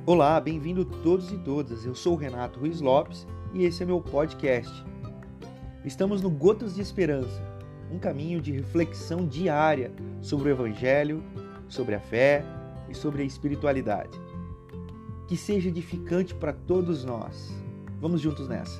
Olá, bem-vindo todos e todas. Eu sou o Renato Ruiz Lopes e esse é meu podcast. Estamos no Gotas de Esperança, um caminho de reflexão diária sobre o Evangelho, sobre a fé e sobre a espiritualidade. Que seja edificante para todos nós. Vamos juntos nessa.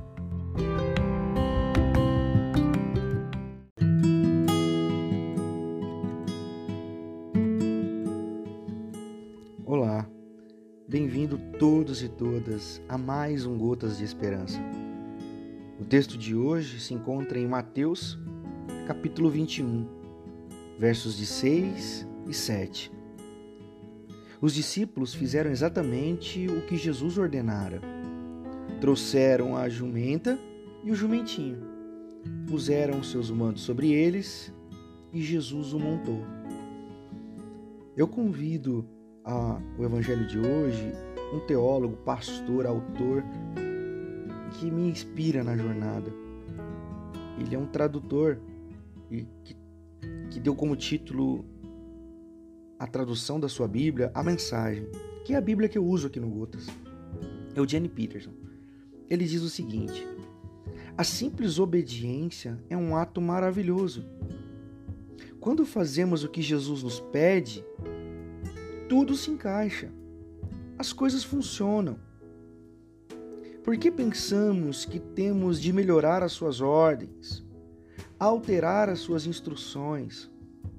Olá, bem-vindo todos e todas a mais um Gotas de Esperança. O texto de hoje se encontra em Mateus, capítulo 21, versos de 6 e 7. Os discípulos fizeram exatamente o que Jesus ordenara. Trouxeram a jumenta e o jumentinho, puseram seus mantos sobre eles e Jesus o montou. Eu convido o Evangelho de hoje, um teólogo, pastor, autor, que me inspira na jornada. Ele é um tradutor que deu como título a tradução da sua Bíblia, a Mensagem, que é a Bíblia que eu uso aqui no Gotas. É o Eugene Peterson. Ele diz o seguinte: a simples obediência é um ato maravilhoso. Quando fazemos o que Jesus nos pede, tudo se encaixa, as coisas funcionam. Por que pensamos que temos de melhorar as suas ordens, alterar as suas instruções?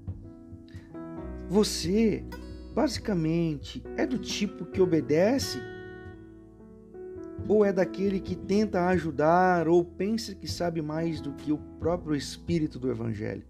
Você, basicamente, é do tipo que obedece? Ou é daquele que tenta ajudar ou pensa que sabe mais do que o próprio Espírito do Evangelho?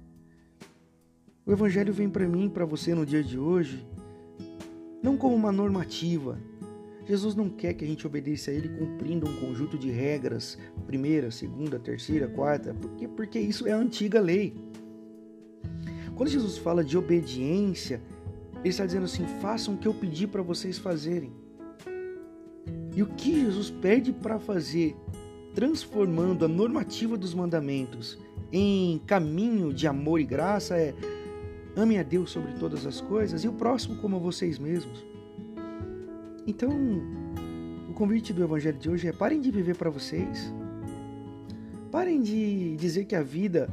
O Evangelho vem para mim e para você no dia de hoje não como uma normativa. Jesus não quer que a gente obedeça a Ele cumprindo um conjunto de regras, primeira, segunda, terceira, quarta, porque isso é a antiga lei. Quando Jesus fala de obediência, Ele está dizendo assim: façam o que eu pedi para vocês fazerem. E o que Jesus pede para fazer, transformando a normativa dos mandamentos em caminho de amor e graça, é: amem a Deus sobre todas as coisas e o próximo como a vocês mesmos. Então, o convite do Evangelho de hoje é: parem de viver para vocês. Parem de dizer que a vida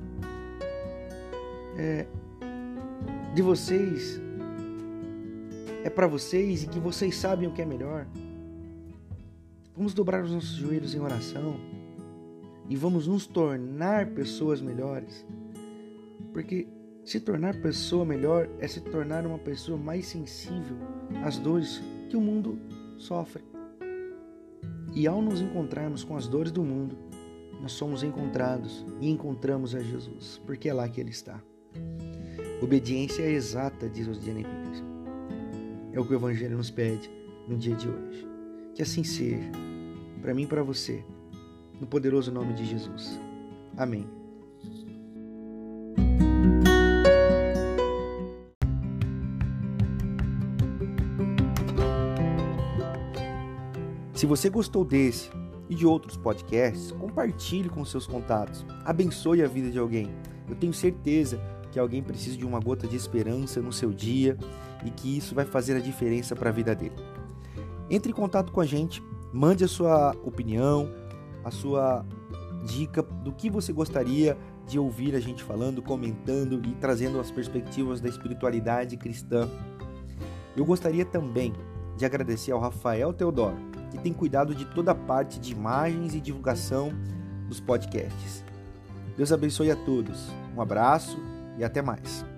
de vocês é para vocês e que vocês sabem o que é melhor. Vamos dobrar os nossos joelhos em oração e vamos nos tornar pessoas melhores. Porque se tornar pessoa melhor é se tornar uma pessoa mais sensível às dores que o mundo sofre. E ao nos encontrarmos com as dores do mundo, nós somos encontrados e encontramos a Jesus, porque é lá que Ele está. Obediência exata, diz o Eugene Peterson. É o que o Evangelho nos pede no dia de hoje. Que assim seja, para mim e para você, no poderoso nome de Jesus. Amém. Se você gostou desse e de outros podcasts, compartilhe com seus contatos. Abençoe a vida de alguém. Eu tenho certeza que alguém precisa de uma gota de esperança no seu dia e que isso vai fazer a diferença para a vida dele. Entre em contato com a gente, mande a sua opinião, a sua dica do que você gostaria de ouvir a gente falando, comentando e trazendo as perspectivas da espiritualidade cristã. Eu gostaria também de agradecer ao Rafael Teodoro, que tem cuidado de toda a parte de imagens e divulgação dos podcasts. Deus abençoe a todos. Um abraço e até mais.